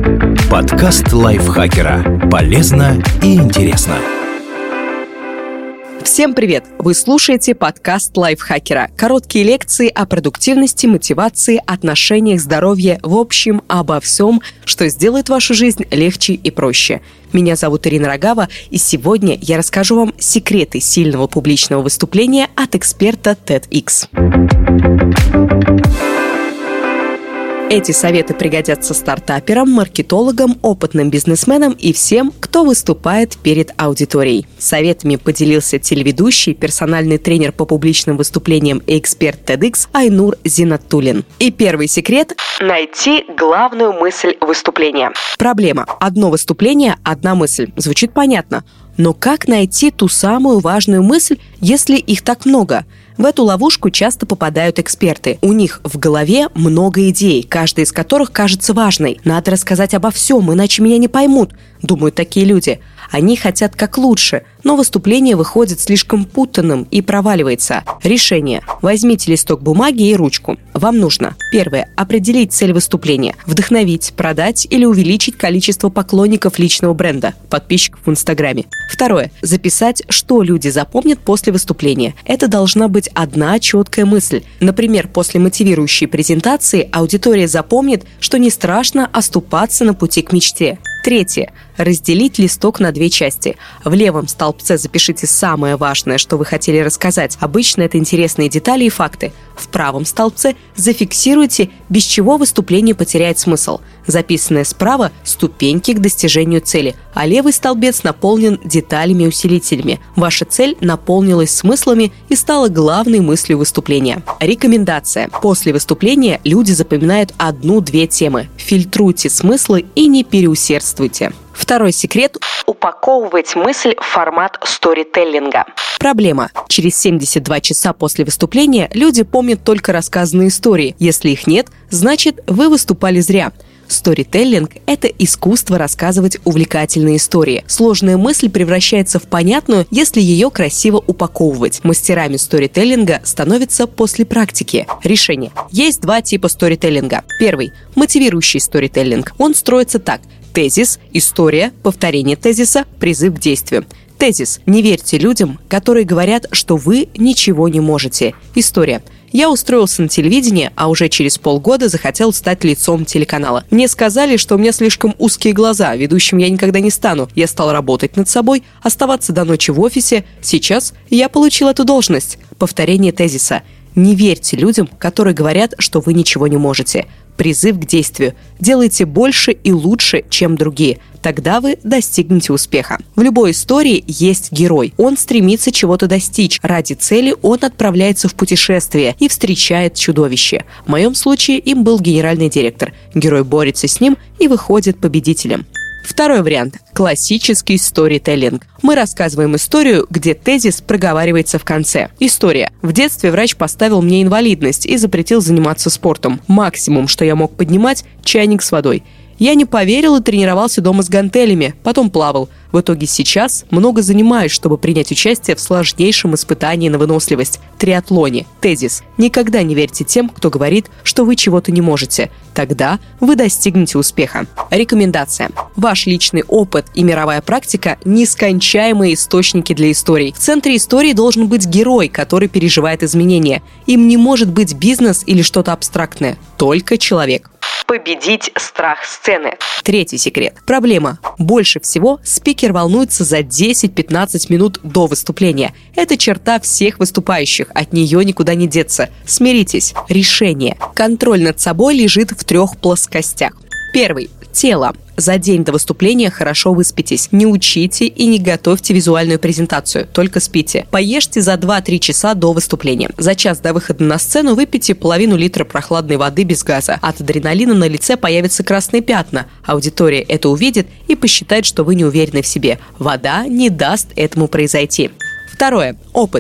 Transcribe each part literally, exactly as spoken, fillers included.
Подкаст лайфхакера. Полезно и интересно. Всем привет! Вы слушаете подкаст лайфхакера. Короткие лекции о продуктивности, мотивации, отношениях, здоровье, в общем, обо всем, что сделает вашу жизнь легче и проще. Меня зовут Ирина Рогава, и сегодня я расскажу вам секреты сильного публичного выступления от эксперта TEDx. Эти советы пригодятся стартаперам, маркетологам, опытным бизнесменам и всем, кто выступает перед аудиторией. Советами поделился телеведущий, персональный тренер по публичным выступлениям и эксперт TEDx Айнур Зиннатуллин. И первый секрет – найти главную мысль выступления. Проблема. Одно выступление – одна мысль. Звучит понятно. Но как найти ту самую важную мысль, если их так много? В эту ловушку часто попадают эксперты. У них в голове много идей, каждая из которых кажется важной. Надо рассказать обо всем, иначе меня не поймут, думают такие люди. Они хотят как лучше, но выступление выходит слишком путанным и проваливается. Решение. Возьмите листок бумаги и ручку. Вам нужно: первое. Определить цель выступления. Вдохновить, продать или увеличить количество поклонников личного бренда, подписчиков в Инстаграме. Второе. Записать, что люди запомнят после выступления. Это должна быть одна четкая мысль. Например, после мотивирующей презентации аудитория запомнит, что не страшно оступаться на пути к мечте. Третье. Разделить листок на две части. В левом столбце запишите самое важное, что вы хотели рассказать. Обычно это интересные детали и факты. В правом столбце зафиксируйте, без чего выступление потеряет смысл. Записанное справа – ступеньки к достижению цели, а левый столбец наполнен деталями и усилителями. Ваша цель наполнилась смыслами и стала главной мыслью выступления. Рекомендация. После выступления люди запоминают одну-две темы. Фильтруйте смыслы и не переусердствуйте. Второй секрет – упаковывать мысль в формат сторителлинга. Проблема. Через семьдесят два часа после выступления люди помнят только рассказанные истории. Если их нет, значит, вы выступали зря. Сторителлинг – это искусство рассказывать увлекательные истории. Сложная мысль превращается в понятную, если ее красиво упаковывать. Мастерами сторителлинга становятся после практики. Решение. Есть два типа сторителлинга. Первый – мотивирующий сторителлинг. Он строится так: тезис, история, повторение тезиса, призыв к действию. Тезис. Не верьте людям, которые говорят, что вы ничего не можете. История. Я устроился на телевидение, а уже через полгода захотел стать лицом телеканала. Мне сказали, что у меня слишком узкие глаза, ведущим я никогда не стану. Я стал работать над собой, оставаться до ночи в офисе. Сейчас я получил эту должность. Повторение тезиса. Не верьте людям, которые говорят, что вы ничего не можете. Призыв к действию. Делайте больше и лучше, чем другие. Тогда вы достигнете успеха. В любой истории есть герой. Он стремится чего-то достичь. Ради цели он отправляется в путешествие и встречает чудовище. В моем случае им был генеральный директор. Герой борется с ним и выходит победителем. Второй вариант – классический сторителлинг. Мы рассказываем историю, где тезис проговаривается в конце. История. В детстве врач поставил мне инвалидность и запретил заниматься спортом. Максимум, что я мог поднимать – чайник с водой. Я не поверил и тренировался дома с гантелями, потом плавал. В итоге сейчас много занимаюсь, чтобы принять участие в сложнейшем испытании на выносливость – триатлоне. Тезис. Никогда не верьте тем, кто говорит, что вы чего-то не можете. Тогда вы достигнете успеха. Рекомендация. Ваш личный опыт и мировая практика – нескончаемые источники для историй. В центре истории должен быть герой, который переживает изменения. Им не может быть бизнес или что-то абстрактное. Только человек. Победить страх сцены. Третий секрет. Проблема. Больше всего спикер волнуется за десять-пятнадцать минут до выступления. Это черта всех выступающих, от нее никуда не деться. Смиритесь. Решение. Контроль над собой лежит в трех плоскостях. Первый. Тело. За день до выступления хорошо выспитесь. Не учите и не готовьте визуальную презентацию, только спите. Поешьте за два-три часа до выступления. За час до выхода на сцену выпейте половину литра прохладной воды без газа. От адреналина на лице появятся красные пятна. Аудитория это увидит и посчитает, что вы не уверены в себе. Вода не даст этому произойти. Второе. Опыт.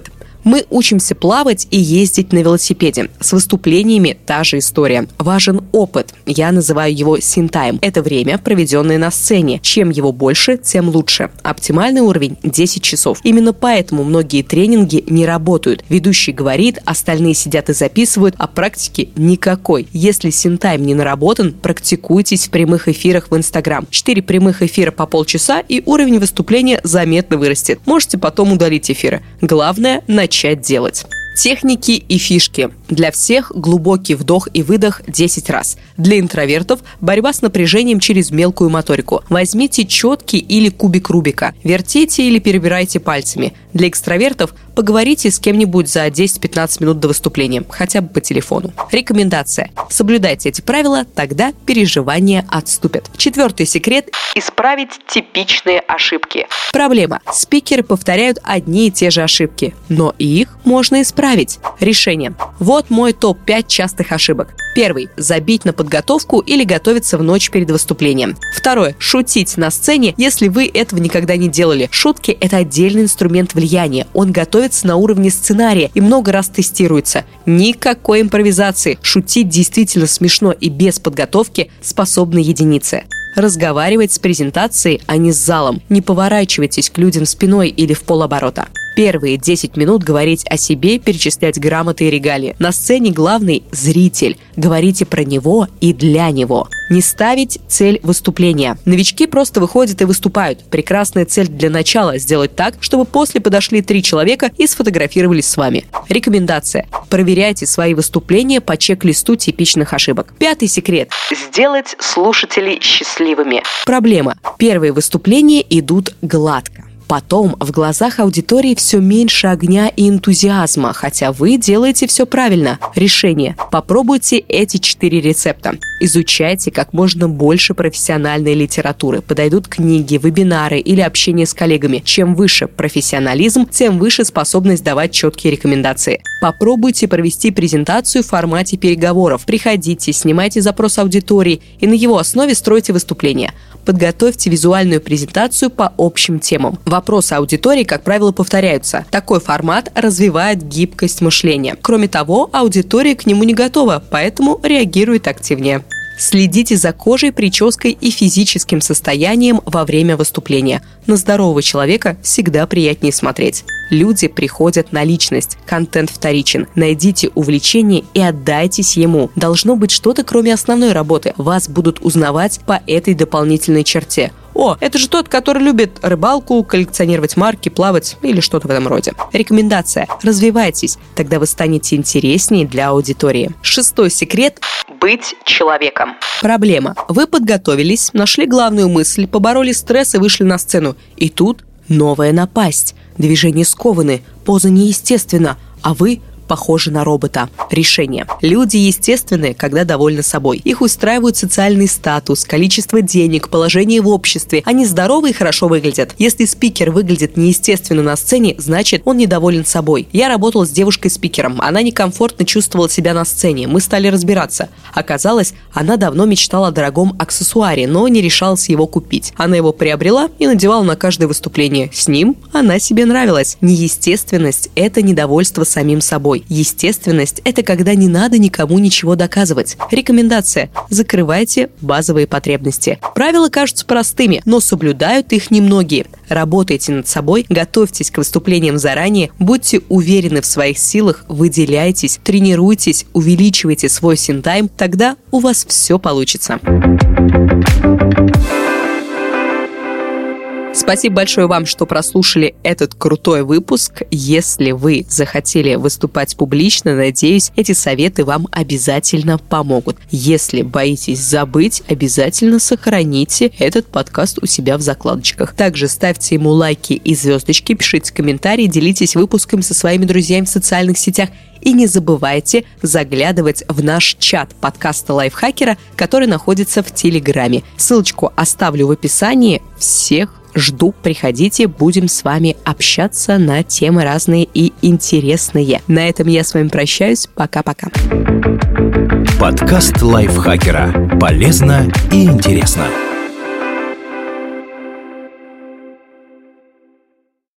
Мы учимся плавать и ездить на велосипеде. С выступлениями та же история. Важен опыт. Я называю его син-тайм. Это время, проведенное на сцене. Чем его больше, тем лучше. Оптимальный уровень – десять часов. Именно поэтому многие тренинги не работают. Ведущий говорит, остальные сидят и записывают, а практики никакой. Если син-тайм не наработан, практикуйтесь в прямых эфирах в Инстаграм. Четыре прямых эфира по полчаса, и уровень выступления заметно вырастет. Можете потом удалить эфиры. Главное – начать делать. Техники и фишки. Для всех глубокий вдох и выдох десять раз. Для интровертов борьба с напряжением через мелкую моторику. Возьмите четки или кубик Рубика. Вертите или перебирайте пальцами. Для экстравертов поговорите с кем-нибудь за десять-пятнадцать минут до выступления, хотя бы по телефону. Рекомендация. Соблюдайте эти правила, тогда переживания отступят. Четвертый секрет – исправить типичные ошибки. Проблема. Спикеры повторяют одни и те же ошибки, но их можно исправить. Решение. Вот мой топ пять частых ошибок. Первый. Забить на подготовку или готовиться в ночь перед выступлением. Второе. Шутить на сцене, если вы этого никогда не делали. Шутки – это отдельный инструмент влияния. Он готовится на уровне сценария и много раз тестируется. Никакой импровизации. Шутить действительно смешно и без подготовки способны единицы. Разговаривать с презентацией, а не с залом. Не поворачивайтесь к людям спиной или в полоборота. Первые десять минут говорить о себе, перечислять грамоты и регалии. На сцене главный – зритель. Говорите про него и для него. Не ставить цель выступления. Новички просто выходят и выступают. Прекрасная цель для начала – сделать так, чтобы после подошли три человека и сфотографировались с вами. Рекомендация. Проверяйте свои выступления по чек-листу типичных ошибок. Пятый секрет – сделать слушателей счастливыми. Проблема. Первые выступления идут гладко. Потом в глазах аудитории все меньше огня и энтузиазма, хотя вы делаете все правильно. Решение. Попробуйте эти четыре рецепта. Изучайте как можно больше профессиональной литературы. Подойдут книги, вебинары или общение с коллегами. Чем выше профессионализм, тем выше способность давать четкие рекомендации. Попробуйте провести презентацию в формате переговоров. Приходите, снимайте запрос аудитории и на его основе стройте выступление. Подготовьте визуальную презентацию по общим темам. Вопросы аудитории, как правило, повторяются. Такой формат развивает гибкость мышления. Кроме того, аудитория к нему не готова, поэтому реагирует активнее. Следите за кожей, прической и физическим состоянием во время выступления. На здорового человека всегда приятнее смотреть. Люди приходят на личность, контент вторичен. Найдите увлечение и отдайтесь ему. Должно быть что-то, кроме основной работы. Вас будут узнавать по этой дополнительной черте. О, это же тот, который любит рыбалку, коллекционировать марки, плавать или что-то в этом роде. Рекомендация. Развивайтесь, тогда вы станете интереснее для аудитории. Шестой секрет – быть человеком. Проблема. Вы подготовились, нашли главную мысль, побороли стресс и вышли на сцену. И тут новая напасть. Движения скованы, поза неестественна, а вы похожи на робота. Решение. Люди естественны, когда довольны собой. Их устраивает социальный статус, количество денег, положение в обществе. Они здоровы и хорошо выглядят. Если спикер выглядит неестественно на сцене, значит, он недоволен собой. Я работала с девушкой-спикером. Она некомфортно чувствовала себя на сцене. Мы стали разбираться. Оказалось, она давно мечтала о дорогом аксессуаре, но не решалась его купить. Она его приобрела и надевала на каждое выступление. С ним она себе нравилась. Неестественность – это недовольство самим собой. Естественность – это когда не надо никому ничего доказывать. Рекомендация – закрывайте базовые потребности. Правила кажутся простыми, но соблюдают их немногие. Работайте над собой, готовьтесь к выступлениям заранее, будьте уверены в своих силах, выделяйтесь, тренируйтесь, увеличивайте свой син-тайм, тогда у вас все получится. Спасибо большое вам, что прослушали этот крутой выпуск. Если вы захотели выступать публично, надеюсь, эти советы вам обязательно помогут. Если боитесь забыть, обязательно сохраните этот подкаст у себя в закладочках. Также ставьте ему лайки и звездочки, пишите комментарии, делитесь выпуском со своими друзьями в социальных сетях. И не забывайте заглядывать в наш чат подкаста Лайфхакера, который находится в Телеграме. Ссылочку оставлю в описании. Всех жду, приходите, будем с вами общаться на темы разные и интересные. На этом я с вами прощаюсь. Пока-пока. Подкаст Лайфхакера. Полезно и интересно.